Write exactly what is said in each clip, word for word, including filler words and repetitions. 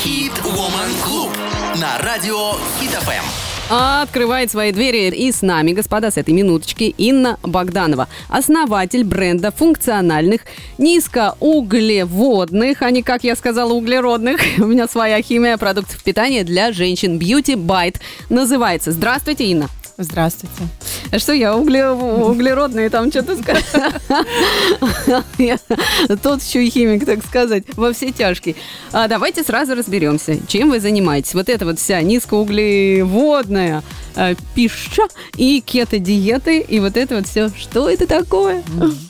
Hit Woman Club на радио Hit эф эм. Открывает свои двери и с нами, господа, с этой минуточки Инна Богданова, основатель бренда функциональных низкоуглеводных, а не, как я сказала, углеродных. У меня своя химия продуктов питания для женщин. Beauty Bite называется. Здравствуйте, Инна. Здравствуйте. Что я угле... углеродный там что-то сказала? Тот еще и химик, так сказать, во все тяжкие. А давайте сразу разберемся, чем вы занимаетесь. Вот эта вот вся низкоуглеводная э, пища и кето-диеты, и вот это вот все. Что это такое?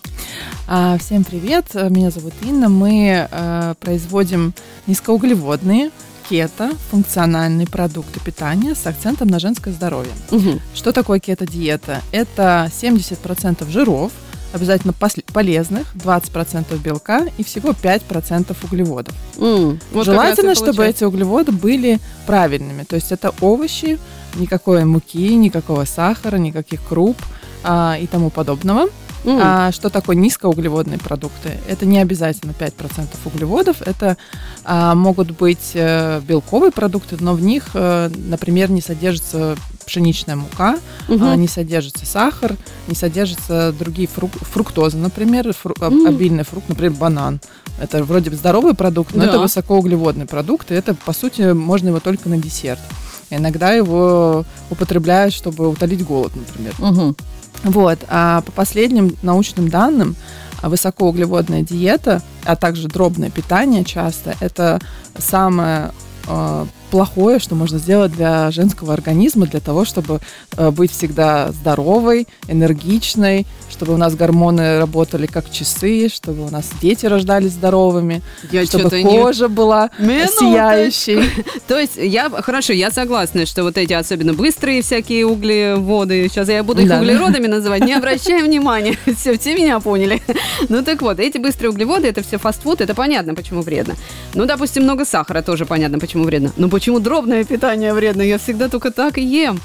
А, всем привет, меня зовут Инна. Мы э, производим низкоуглеводные кето, функциональные продукты питания с акцентом на женское здоровье. Угу. Что такое кето-диета? Это семьдесят процентов жиров, обязательно пос- полезных, двадцать процентов белка и всего пять процентов углеводов. Mm, вот Желательно, чтобы эти углеводы были правильными. То есть это овощи, никакой муки, никакого сахара, никаких круп а, и тому подобного. Mm. А, что такое низкоуглеводные продукты? Это не обязательно пять процентов углеводов, это а, могут быть а, белковые продукты, но в них, а, например, не содержится пшеничная мука, uh-huh. а, не содержится сахар, не содержатся другие фрук- фруктозы, например, фру- mm. обильный фрукт, например, банан. Это вроде бы здоровый продукт, но да. это высокоуглеводный продукт, и это, по сути, можно его только на десерт. Иногда его употребляют, чтобы утолить голод, например. Uh-huh. Вот, а по последним научным данным, высокоуглеводная диета, а также дробное питание часто, это самое э, плохое, что можно сделать для женского организма, для того, чтобы э, быть всегда здоровой, энергичной, чтобы у нас гормоны работали как часы, чтобы у нас дети рождались здоровыми, я чтобы кожа не... была Минуточку. сияющей. То есть, я хорошо, я согласна, что вот эти особенно быстрые всякие углеводы, сейчас я буду их да. углеродами называть, не обращай внимания, все, все меня поняли. Ну так вот, эти быстрые углеводы, это все фастфуд, это понятно, почему вредно. Ну, допустим, много сахара, тоже понятно, почему вредно. Но почему дробное питание вредно? Я всегда только так и ем.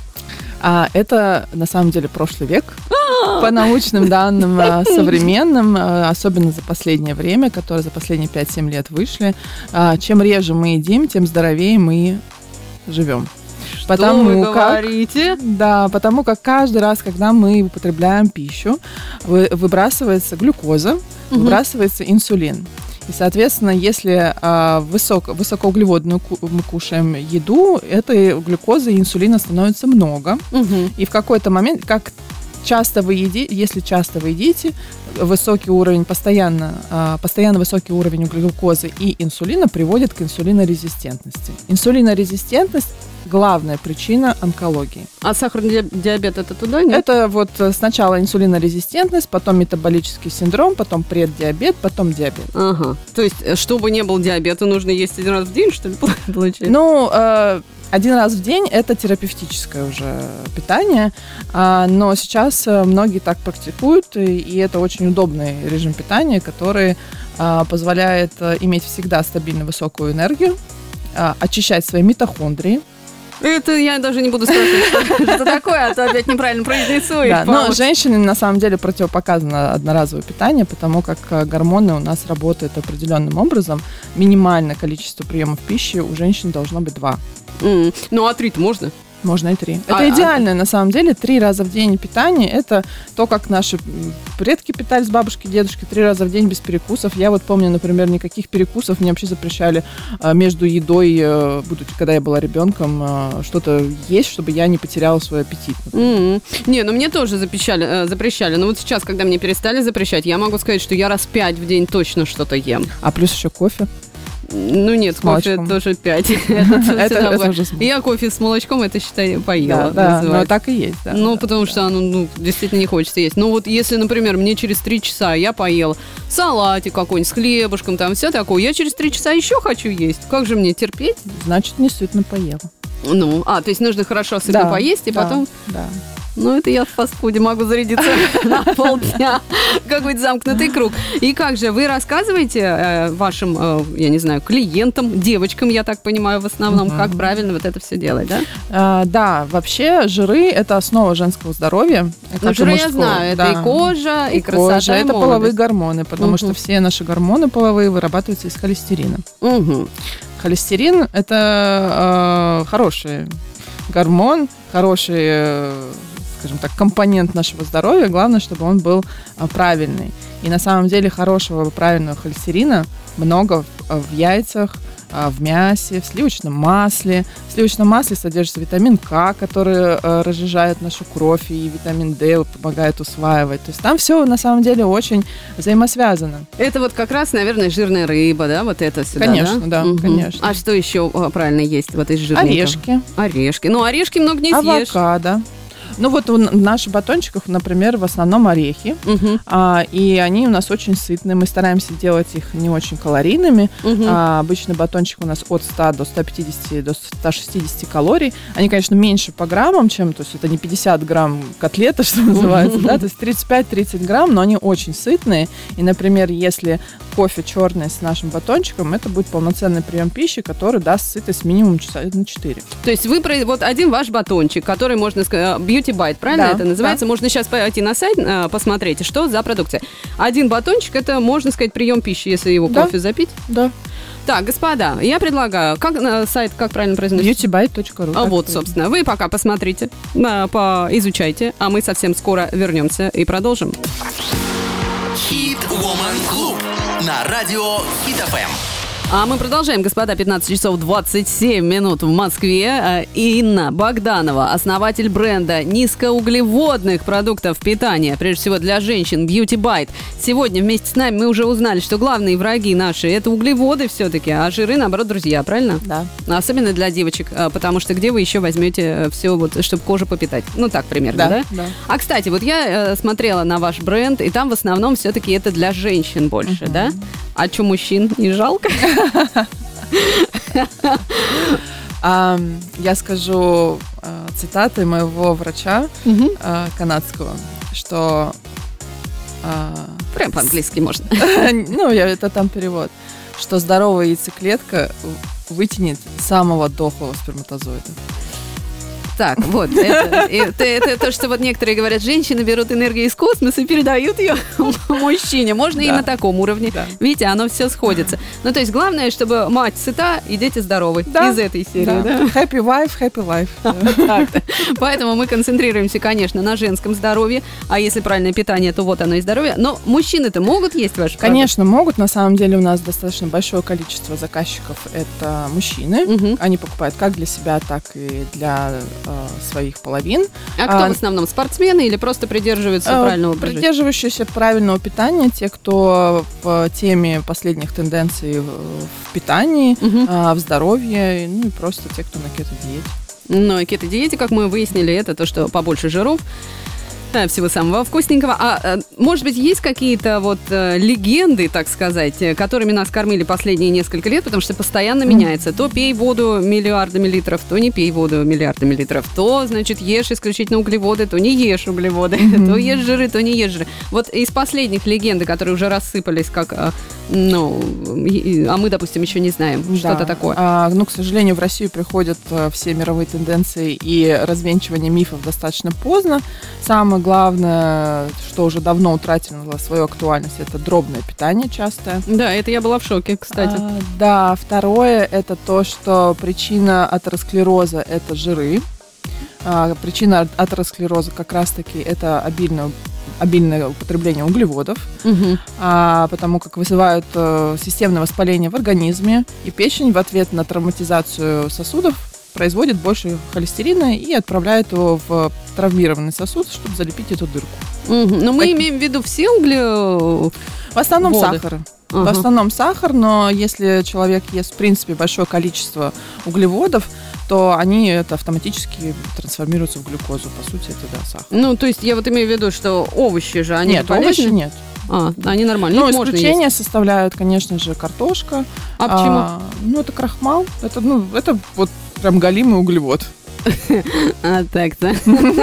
А это, на самом деле, прошлый век. По научным данным современным, особенно за последнее время, которые за последние пять-семь лет вышли, чем реже мы едим, тем здоровее мы живем. Что потому вы как, говорите? Да, потому как каждый раз, когда мы употребляем пищу, вы, выбрасывается глюкоза, угу. выбрасывается инсулин. И, соответственно, если а, высоко, высокоуглеводную ку- мы кушаем еду, этой глюкозы и инсулина становится много. Угу. И в какой-то момент, как часто вы едите, если часто вы едите, высокий уровень, постоянно, а, постоянно высокий уровень глюкозы и инсулина приводит к инсулинорезистентности. Инсулинорезистентность – главная причина онкологии. А сахарный диабет это туда, нет? Это вот сначала инсулинорезистентность, потом метаболический синдром, потом преддиабет, потом диабет. Ага. То есть, чтобы не был диабета, нужно есть один раз в день, что ли, получается? Ну, э, один раз в день – это терапевтическое уже питание, а, но сейчас многие так практикуют, и, и это очень удобный режим питания, который а, позволяет иметь всегда стабильно высокую энергию, а, очищать свои митохондрии. Это я даже не буду спрашивать, что это такое, а то опять неправильно произнесу. Да, но женщинам на самом деле противопоказано одноразовое питание, потому как гормоны у нас работают определенным образом. Минимальное количество приемов пищи у женщин должно быть два. Mm. Ну, а три-то можно? Можно и три. Это а, идеальное, а... на самом деле. Три раза в день питание – это то, как наши предки питались, бабушки, дедушки, три раза в день без перекусов. Я вот помню, например, никаких перекусов мне вообще запрещали а, между едой, а, будучи, когда я была ребенком, а, что-то есть, чтобы я не потеряла свой аппетит. Mm-hmm. Не, ну мне тоже запрещали, э, запрещали. Но вот сейчас, когда мне перестали запрещать, я могу сказать, что я раз пять в день точно что-то ем. А плюс еще кофе. Ну нет, кофе тоже пять. Я кофе с молочком, это, считай, поела. Да, да, так и есть. Да, ну, да, потому да. что оно ну, действительно не хочется есть. Ну вот если, например, мне через три часа я поела салатик какой-нибудь с хлебушком, там все такое, я через три часа еще хочу есть. Как же мне терпеть? Значит, не сытно поела. Ну, а, то есть нужно хорошо сытно да, поесть, и да, потом... Да. Ну, это я в фастфуде могу зарядиться на полдня. Какой-то замкнутый круг. И как же, вы рассказываете э, вашим, э, я не знаю, клиентам, девочкам, я так понимаю, в основном, uh-huh. как правильно вот это все делать, да? А, да, вообще жиры – это основа женского здоровья. Ну, жиры я знаю, да. это и кожа, и, и красота, кожа, и это молодость. Половые гормоны, потому uh-huh. что все наши гормоны половые вырабатываются из холестерина. Uh-huh. холестерин – это э, хороший гормон, хороший, э, скажем так, компонент нашего здоровья. Главное, чтобы он был э, правильный. И на самом деле хорошего, правильного холестерина много в, в яйцах, в мясе, в сливочном масле. В сливочном масле содержится витамин К, который э, разжижает нашу кровь, и витамин D помогает усваивать. То есть там все на самом деле очень взаимосвязано. Это вот как раз, наверное, жирная рыба, да, вот это сюда, конечно, да? да, угу. конечно. А что еще правильно есть вот из жирника? Орешки. Орешки. Ну, орешки много не съешь. Авокадо. Ну вот в наших батончиках, например, в основном орехи, угу. а, и они у нас очень сытные. Мы стараемся делать их не очень калорийными. Угу. А, обычный батончик у нас от ста до ста пятидесяти, до ста шестидесяти калорий. Они, конечно, меньше по граммам, чем, то есть это не пятьдесят грамм котлета, что называется, да, то есть тридцать пять - тридцать грамм, но они очень сытные. И, например, если кофе черный с нашим батончиком, это будет полноценный прием пищи, который даст сытость минимум часа на четыре. То есть вы, вот один ваш батончик, который, можно сказать, Beauty Bite, правильно да, это называется? Да. Можно сейчас пойти на сайт, посмотреть, что за продукция. Один батончик, это, можно сказать, прием пищи, если его да. кофе запить? Да. Так, господа, я предлагаю, как сайт, как правильно произносится? бьюти байт точка ру. А вот, собственно, вы пока посмотрите, поизучайте, а мы совсем скоро вернемся и продолжим. Hit Woman Club на радио Hit эф эм. А мы продолжаем, господа, пятнадцать часов двадцать семь минут в Москве. Инна Богданова, основатель бренда низкоуглеводных продуктов питания, прежде всего для женщин, Beauty Bite. Сегодня вместе с нами мы уже узнали, что главные враги наши – это углеводы все-таки, а жиры, наоборот, друзья, правильно? Да. Особенно для девочек, потому что где вы еще возьмете все, вот, чтобы кожу попитать? Ну, так примерно, да? Да, да. А, кстати, вот я смотрела на ваш бренд, и там в основном все-таки это для женщин больше, uh-huh. да? А что, мужчин не жалко? Um, я скажу uh, цитаты моего врача uh-huh. uh, канадского, что... Uh, Прям по-английски можно. Ну, я, это там перевод. Что здоровая яйцеклетка вытянет самого дохлого сперматозоида. Так, вот, это, это, это то, что вот некоторые говорят, женщины берут энергию из космоса и передают ее мужчине. Можно да. и на таком уровне. Да. Видите, оно все сходится. Ну, то есть главное, чтобы мать сыта и дети здоровы. Да. Из этой серии. Да. Да? Happy wife, happy life. Да. Поэтому мы концентрируемся, конечно, на женском здоровье. А если правильное питание, то вот оно и здоровье. Но мужчины-то могут есть ваши продукты? Конечно, могут. На самом деле у нас достаточно большое количество заказчиков. Это мужчины. Угу. Они покупают как для себя, так и для... своих половин. А кто а, в основном? Спортсмены или просто придерживаются а, правильного образа? Придерживающиеся правильного питания, те, кто в теме последних тенденций в питании, угу. а, в здоровье, ну и просто те, кто на кето-диете. Ну и кето-диете, как мы выяснили, это то, что побольше жиров, всего самого вкусненького. А может быть, есть какие-то вот э, легенды, так сказать, которыми нас кормили последние несколько лет, потому что постоянно mm-hmm. меняется. То пей воду миллиардами литров, то не пей воду миллиардами литров. То, значит, ешь исключительно углеводы, то не ешь углеводы. Mm-hmm. То ешь жиры, то не ешь жиры. Вот из последних легенд, которые уже рассыпались, как, э, ну, а мы, допустим, еще не знаем, да. что-то такое. А, ну, к сожалению, в Россию приходят все мировые тенденции и развенчивание мифов достаточно поздно. Самое главное, что уже давно утратило свою актуальность, это дробное питание частое. Да, это я была в шоке, кстати. А, да, второе, это то, что причина атеросклероза – это жиры. А, причина атеросклероза как раз-таки это обильное, обильное употребление углеводов, угу. а, потому как вызывают а, системное воспаление в организме, и печень в ответ на травматизацию сосудов производит больше холестерина и отправляет его в травмированный сосуд, чтобы залепить эту дырку. Угу. Но мы так... имеем в виду все углеводы? В основном сахар. Ага. В основном сахар, но если человек ест, в принципе, большое количество углеводов, то они это автоматически трансформируются в глюкозу. По сути, это да, сахар. Ну, то есть я вот имею в виду, что овощи же, они нет, полезны? овощи нет. А, они нормальные. Ну, исключения составляют, конечно же, картошка. А почему? А, ну, это крахмал. Это, ну, это вот прям голимый углевод. А так-то.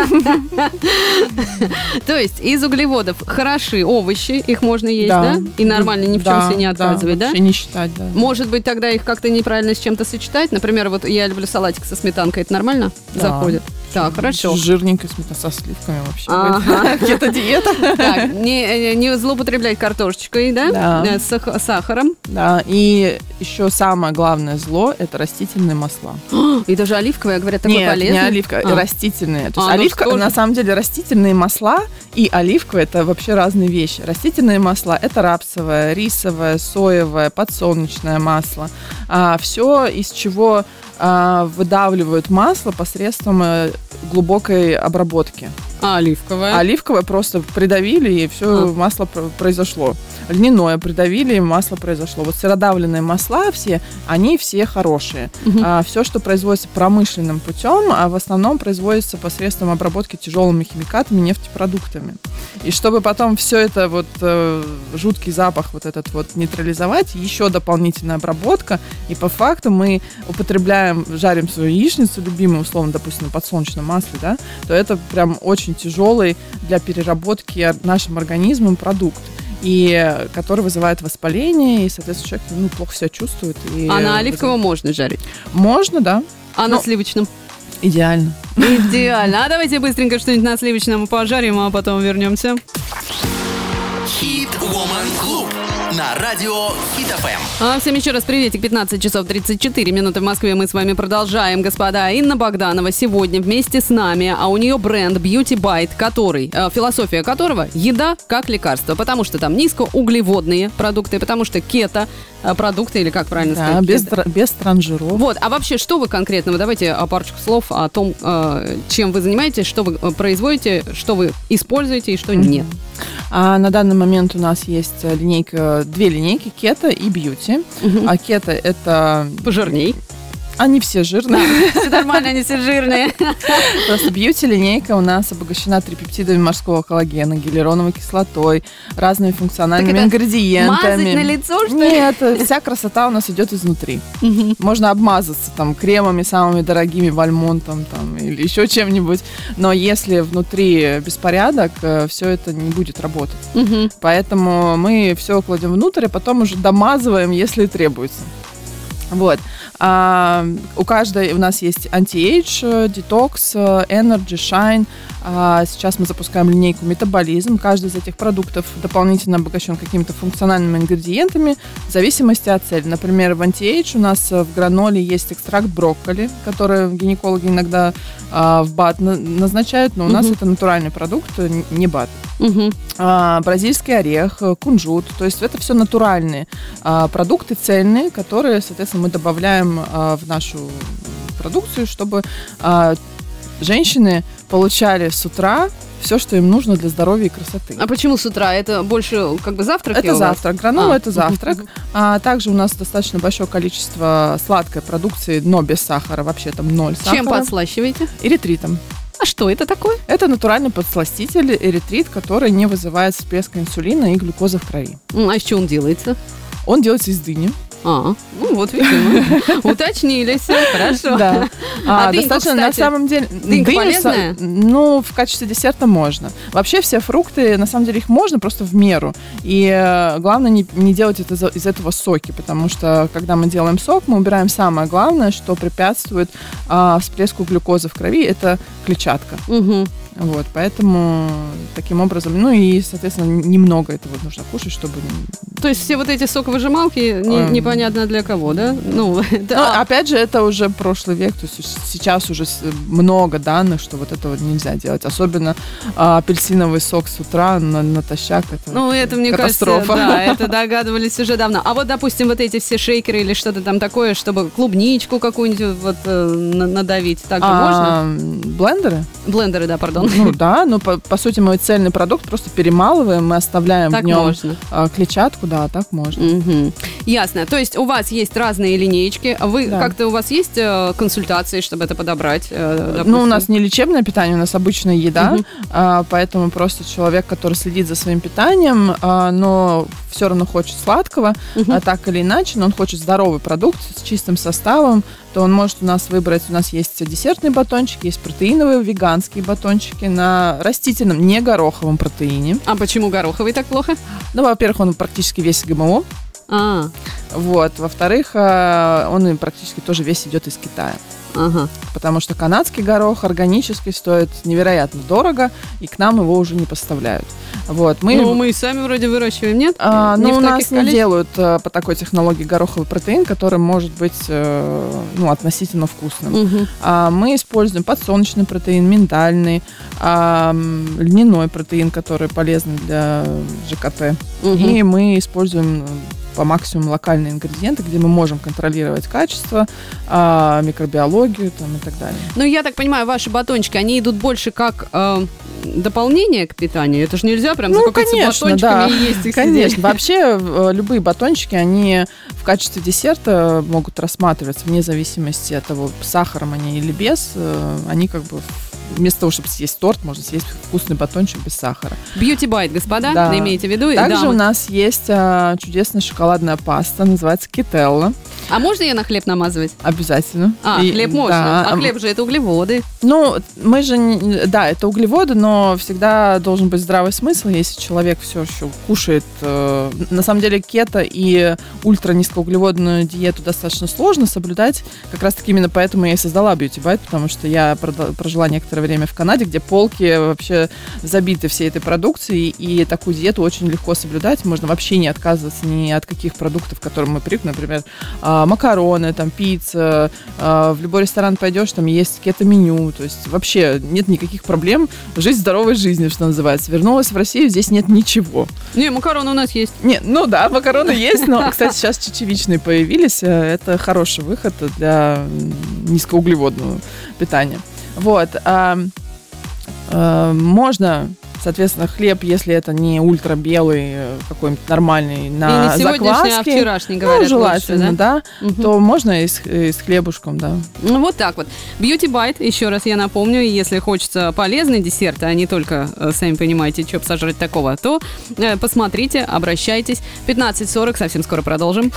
То есть из углеводов хороши овощи, их можно есть, да? И нормально ни в чем себе не отказывать, да? Вообще не считать, да. Может быть, тогда их как-то неправильно с чем-то сочетать? Например, вот я люблю салатик со сметанкой, это нормально заходит? Так, хорошо. Жирненькая сметана со сливками вообще. Ага. Кето-диета. Так, не, не злоупотреблять картошечкой, да? Да. С сах- сахаром. Да, и еще самое главное зло – это растительные масла. И даже оливковые, говорят, такой Нет, полезный. не оливка, А. растительные. То есть А, ну оливка, тоже. на самом деле, растительные масла и оливка – это вообще разные вещи. Растительные масла – это рапсовое, рисовое, соевое, подсолнечное масло. А, все, из чего а, выдавливают масло посредством э, глубокой обработки. А оливковая? А оливковое просто придавили, и все, А. масло пр- произошло. Льняное придавили, и масло произошло. Вот сыродавленные масла все, они все хорошие. Мгм. А, все, что производится промышленным путем, а в основном производится посредством обработки тяжелыми химикатами, нефтепродуктами. И чтобы потом все это вот э, жуткий запах вот этот вот нейтрализовать, еще дополнительная обработка. И по факту мы употребляем, жарим свою яичницу любимую, условно, допустим, на подсолнечном масле, да, то это прям очень тяжелый для переработки нашим организмом продукт, и который вызывает воспаление, и, соответственно, человек ну, плохо себя чувствует. И А на оливковом можно жарить? Можно, да. А Ну, на сливочном? Идеально. Идеально. А давайте быстренько что-нибудь на сливочном пожарим, а потом вернемся. Хит Woman Club на радио Хит эф эм. А, всем еще раз приветик. пятнадцать часов тридцать четыре минуты в Москве. Мы с вами продолжаем, господа. Инна Богданова сегодня вместе с нами, а у нее бренд Beauty Bite, который, э, философия которого еда как лекарство, потому что там низкоуглеводные продукты, потому что кето э, продукты, или как правильно Да, сказать? без, Кето. тра- без транжиров. Вот, а вообще, что вы конкретно, вы давайте а, парочку слов о том, э, чем вы занимаетесь, что вы э, производите, что вы используете и что нет. А на данный момент у нас есть линейка, две линейки, кето и бьюти. А кето это... Пожирней. Они все жирные. Все нормально, они все жирные. Просто бьюти-линейка у нас обогащена трипептидами морского коллагена, гиалуроновой кислотой, разными функциональными Так это ингредиентами. Мазать на лицо, что ли? Нет, вся красота у нас идет изнутри. Мгм. Можно обмазаться там кремами самыми дорогими, вальмонтом там, или еще чем-нибудь. Но если внутри беспорядок, все это не будет работать. Мгм. Поэтому мы все кладем внутрь, а потом уже домазываем, если требуется. Вот. А, у каждой у нас есть анти-эйдж, детокс, энерджи, шайн. А, сейчас мы запускаем линейку метаболизм. Каждый из этих продуктов дополнительно обогащен какими-то функциональными ингредиентами в зависимости от цели. Например, в анти-эйдж у нас в граноле есть экстракт брокколи, который гинекологи иногда а, в БАД на- назначают, но у нас Мгм. это натуральный продукт, н- не БАД. Мгм. А, бразильский орех, кунжут. То есть это все натуральные а, продукты цельные, которые, соответственно, мы добавляем а, в нашу продукцию, чтобы а, женщины получали с утра все, что им нужно для здоровья и красоты. А почему с утра? Это больше как бы завтрак? Это завтрак. Гранола А, это завтрак. мгм, А также у нас достаточно большое количество сладкой продукции, но без сахара. Вообще там ноль сахара. Чем подслащиваете? Эритритом. А что это такое? Это натуральный подсластитель эритрит, который не вызывает всплеска инсулина и глюкозы в крови. М, А из чего он делается? Он делается из дыни. А, ну вот, видимо. Уточнили все, хорошо. Да. А А, дыньку, достаточно, на кстати, самом деле... дынька дыню полезная? со- Ну, в качестве десерта можно. Вообще все фрукты, на самом деле, их можно просто в меру. И э, главное не, не делать это из, из этого соки, потому что, когда мы делаем сок, мы убираем самое главное, что препятствует а, всплеску глюкозы в крови, это клетчатка. Мгм. Вот, поэтому таким образом, ну и, соответственно, немного этого нужно кушать, чтобы... То есть все вот эти соковыжималки не- Эм. непонятно для кого, да? Ну, Ну, да. опять же, это уже прошлый век, то есть сейчас уже с- много данных, что вот это вот нельзя делать. Особенно а, апельсиновый сок с утра на, натощак. Это Ну, это, мне катастрофа. кажется, да, это догадывались уже давно. А вот, допустим, вот эти все шейкеры или что-то там такое, чтобы клубничку какую-нибудь вот э, на- надавить, так же можно? А, блендеры? Блендеры, да, пардон. Ну да, но по, по сути мы цельный продукт просто перемалываем, мы оставляем Так в нем можно. а, клетчатку, да, так можно. Мгм. Ясно. То есть у вас есть разные линеечки. Вы Да. как-то у вас есть э, консультации, чтобы это подобрать? э, допустим? Ну, у нас не лечебное питание, у нас обычная еда, Мгм. а, поэтому просто человек, который следит за своим питанием, а, но все равно хочет сладкого, Мгм. а так или иначе, но он хочет здоровый продукт с чистым составом, то он может у нас выбрать, у нас есть десертные батончики, есть протеиновые, веганские батончики на растительном, не гороховом протеине. А почему гороховый так плохо? Ну, во-первых, он практически весь ГМО. А. Вот. Во-вторых, он практически тоже весь идет из Китая. Ага. Потому что канадский горох органический стоит невероятно дорого, и к нам его уже не поставляют. Вот, мы... Ну, мы и сами вроде выращиваем, нет? А, не ну, у нас количествах? не делают а, по такой технологии гороховый протеин, который может быть а, ну, относительно вкусным. Угу. А, мы используем подсолнечный протеин, миндальный, а, льняной протеин, который полезный для ЖКТ. Угу. И мы используем по максимуму локальные ингредиенты, где мы можем контролировать качество, а, микробиологию там, и так далее. Ну, я так понимаю, ваши батончики, они идут больше как э, дополнение к питанию? Это же нельзя прям ну, закупиться конечно, батончиками да. и есть их Конечно. сидеть. Вообще любые батончики, они в качестве десерта могут рассматриваться вне зависимости от того, с сахаром они или без. Они как бы вместо того, чтобы съесть торт, можно съесть вкусный батончик без сахара. Beauty Bite, господа, да. имеете в виду? Также да, у нас есть а, чудесная шоколадная паста, называется Кителла. А можно ее на хлеб намазывать? Обязательно. А, И, хлеб можно. да. А хлеб же это углеводы. Ну, мы же, не- да, это углеводы, но всегда должен быть здравый смысл, если человек все еще кушает. э, на самом деле кето и ультранизкоуглеводную диету достаточно сложно соблюдать. Как раз таки именно поэтому я и создала Beauty Bite, потому что я прода- прожила некоторое время в Канаде, где полки вообще забиты всей этой продукцией, и такую диету очень легко соблюдать. Можно вообще не отказываться ни от каких продуктов, к которым мы привыкли, например, а, макароны, там, пицца. А, в любой ресторан пойдешь, там есть кето-меню. То есть вообще нет никаких проблем жить здоровой жизнью, что называется. Вернулась в Россию, здесь нет ничего. Не, макароны у нас есть. Не, ну да, макароны есть, но, кстати, сейчас чечевичные появились. Это хороший выход для м, низкоуглеводного питания. Вот. а, а, можно, соответственно, хлеб, если это не ультрабелый, какой-нибудь нормальный, на И не сегодняшний, закваске, а вчерашний, говорят, ну, желательно, лучше, да? да, Мгм. то можно и с, и с хлебушком, да. Ну, вот так вот. Beauty Bite, еще раз я напомню, если хочется полезный десерт, а не только, э, сами понимаете, что сожрать такого, то э, посмотрите, обращайтесь. пятнадцать сорок, совсем скоро продолжим.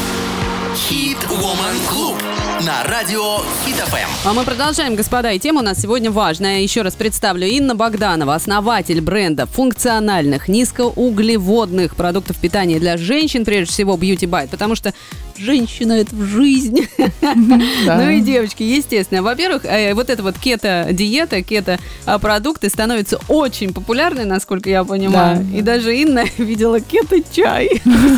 Hit Woman Club на радио Hit эф эм. А мы продолжаем, господа, и тема у нас сегодня важная. Еще раз представлю. Инна Богданова, основатель бренда функциональных, низкоуглеводных продуктов питания для женщин, прежде всего Beauty Bite, потому что женщина – это в жизни. Ну и девочки, естественно. Во-первых, э, вот эта вот кето-диета, кето-продукты становятся очень популярны, насколько я понимаю. Да. И даже Инна видела кето-чай,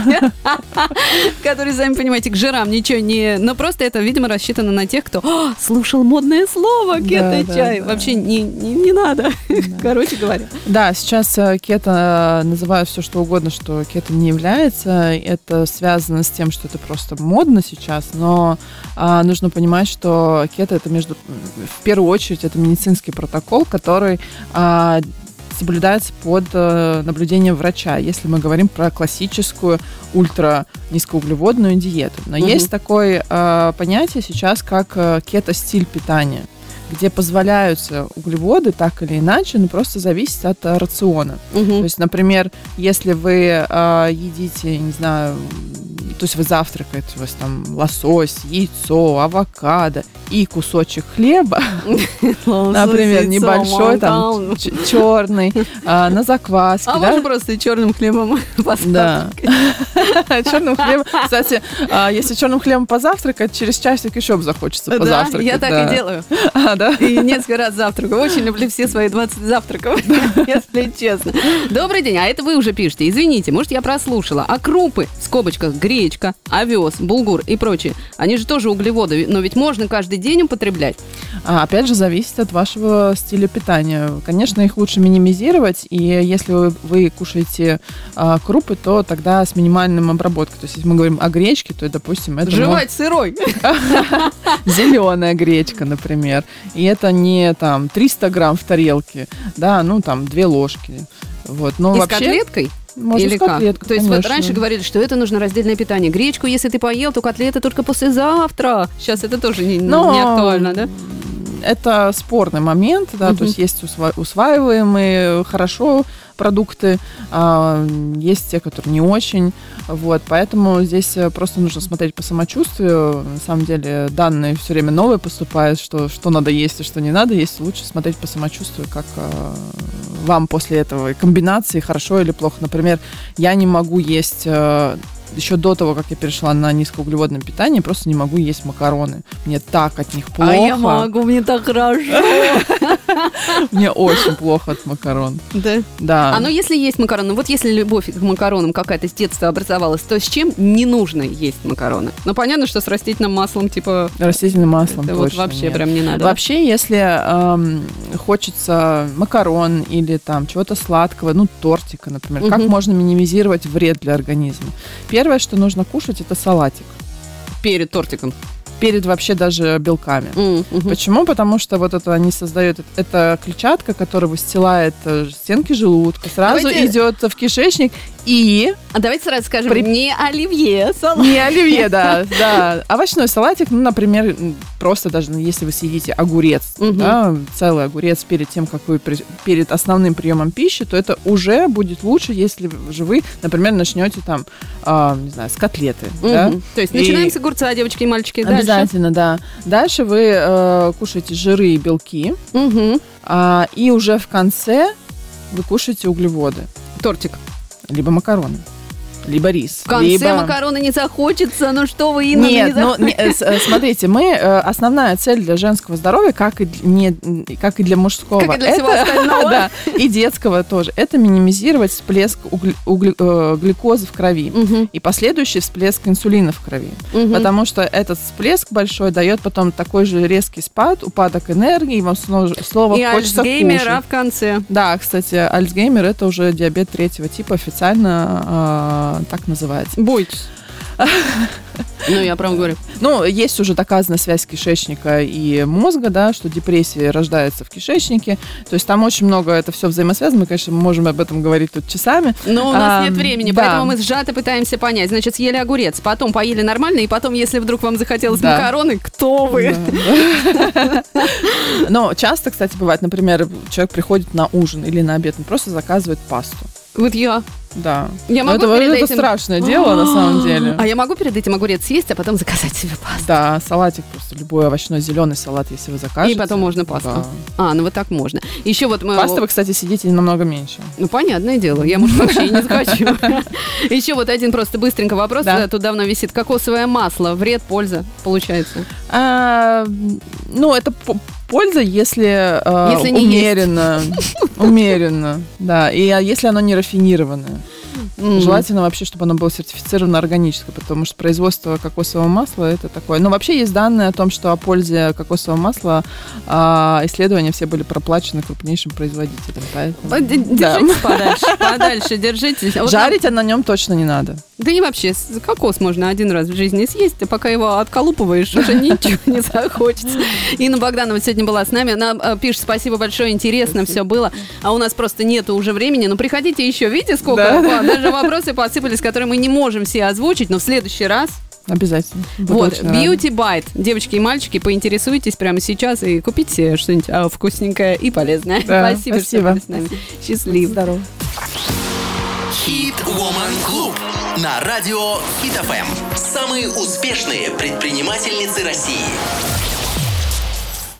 который, сами понимаете, к жирам ничего не... Но просто это, видимо, рассчитано на тех, кто «О, слушал модное слово кето-чай». да, да. Вообще не, не, не надо, короче говоря. Да, сейчас э, кето э, называют все, что угодно, что кето не является. Это связано с тем, что это просто модно сейчас, но а, нужно понимать, что кето это между, в первую очередь это медицинский протокол, который а, соблюдается под а, наблюдением врача, если мы говорим про классическую ультра-низкоуглеводную диету. Но Мгм. есть такое а, понятие сейчас, как а, кето-стиль питания, где позволяются углеводы так или иначе, но просто зависит от а, рациона. То есть, например, если вы а, едите, не знаю, то есть вы завтракаете, у вас там лосось, яйцо, авокадо и кусочек хлеба, например, небольшой, там, ч- черный, а, на закваске, А да? можно просто и черным хлебом Да. позавтракать? Черным хлебом. Кстати, а, если черным хлебом позавтракать, через часик еще бы захочется Да, позавтракать. я так да. и делаю. А, да? И несколько раз завтракаю. Очень люблю все свои двадцать завтраков, если честно. Добрый день, а это вы уже пишете. Извините, может, я прослушала. А крупы, в скобочках, гречка, овес, булгур и прочее, они же тоже углеводы, но ведь можно каждый день употреблять. А, опять же, зависит от вашего стиля питания. Конечно, их лучше минимизировать, и если вы, вы кушаете а, крупы, то тогда с минимальным обработкой. То есть, если мы говорим о гречке, то, допустим, это Жевать сырой. зеленая гречка, например. И это не там триста грамм в тарелке, да, ну там две ложки. Вот. Но И с вообще, котлеткой? можно Или с котлеткой, как? То есть вот конечно. раньше говорили, что это нужно раздельное питание. Гречку, если ты поел, то котлеты только послезавтра. Сейчас это тоже не, Но не актуально, да? Это спорный момент, да, Мгм. то есть есть усва- усваиваемые хорошо продукты, а, есть те, которые не очень, вот, поэтому здесь э, просто нужно смотреть по самочувствию. На самом деле данные все время новые поступают, что, что надо есть и что не надо есть. Лучше смотреть по самочувствию, как э, вам после этого комбинации хорошо или плохо. Например, я не могу есть э, еще до того, как я перешла на низкоуглеводное питание, просто не могу есть макароны. Мне так от них плохо. А я могу, мне так хорошо. Мне очень плохо от макарон. Да? Да. А ну если есть макароны, вот если любовь к макаронам какая-то с детства образовалась, то с чем не нужно есть макароны? Ну, понятно, что с растительным маслом, типа... Растительным маслом это точно вот вообще нет. прям не надо. Вообще, если эм, хочется макарон или там чего-то сладкого, ну, тортика, например, Мгм. как можно минимизировать вред для организма? Первое, что нужно кушать, это салатик. Перед тортиком. Перед вообще даже белками. М, мгм. Почему? Потому что вот это они создают, это клетчатка, которая выстилает э, стенки желудка, сразу Давайте- идет в кишечник и А давайте сразу скажем, При- не оливье, салат. не оливье, да, да, овощной салатик, ну, например, м, просто даже ну, если вы съедите огурец, Мгм. да, целый огурец перед тем, как вы при- перед основным приемом пищи, то это уже будет лучше, если же вы, например, начнете там, а, не знаю, с котлеты, да. Мгм. То есть И- начинаем с огурца, девочки и мальчики. Дальше. Обязательно, да. Дальше вы э, кушаете жиры и белки, Мгм. а, и уже в конце вы кушаете углеводы. Тортик. Либо макароны, либо рис. В конце либо... макароны не захочется, ну что вы, Инна, ну Нет, не ну захочется. не- э, с- э, смотрите, мы э, основная цель для женского здоровья, как и, д- не, как и для мужского, Как и для это- всего остального. да, и детского тоже, это минимизировать всплеск угле- угле- э, глюкозы в крови Мгм. и последующий всплеск инсулина в крови. Мгм. Потому что этот всплеск большой дает потом такой же резкий спад, упадок энергии, и вам снова, снова И хочется Альцгеймера кушать. в конце. Да, кстати, Альцгеймер это уже диабет третьего типа, официально э, так называется. Бойтесь. Ну, я прям говорю. Ну, есть уже доказанная связь кишечника и мозга, да, что депрессия рождается в кишечнике. То есть там очень много, это все взаимосвязано. Мы, конечно, можем об этом говорить тут часами. Но у нас А, нет времени, да. поэтому мы сжато пытаемся понять. Значит, съели огурец, потом поели нормально, и потом, если вдруг вам захотелось Да. макароны, кто вы? Да. Но часто, кстати, бывает, например, человек приходит на ужин или на обед, он просто заказывает пасту. Вот я. Да. Я Но могу это, перед это этим- страшное дело, на самом деле. А я могу перед этим огурец съесть, а потом заказать себе пасту? Да, салатик просто, любой овощной зеленый салат, если вы закажете. И потом можно пасту. Да. А, ну вот так можно. Еще вот мы... Пасты вы, кстати, съедите намного меньше. Ну, понятное дело, я, может, вообще и не захочу. Еще вот один просто быстренько вопрос. Да. Тут давно висит. Кокосовое масло. Вред, польза, получается. А, ну, это п- польза, если, а, Если не умеренно. Умеренно, да. И а, если оно не рафинированное. М. Желательно вообще, чтобы оно было сертифицировано органическое, потому что производство кокосового масла это такое. Но вообще есть данные о том, что о пользе кокосового масла а, исследования все были проплачены крупнейшим производителем. Поэтому- Д- Да. Держитесь подальше, подальше, держитесь. А вот Жарить на нем точно не надо. нам- Да и вообще, с- кокос можно один раз в жизни съесть, а пока его отколупываешь, уже ничего не захочется. Инна Богданова сегодня была с нами. Она э, пишет, спасибо большое, интересно все было. А у нас просто нету уже времени. Но приходите еще. Видите, сколько? Да. О, даже вопросы посыпались, которые мы не можем все озвучить, но в следующий раз. Обязательно. Буду Вот, очень рада. Beauty Bite. Девочки и мальчики, поинтересуйтесь прямо сейчас и купите что-нибудь а, вкусненькое и полезное. Да, спасибо, спасибо. что были с нами. Счастливо. Здорово. Hit Woman Club на радио Hit эф эм. Самые успешные предпринимательницы России.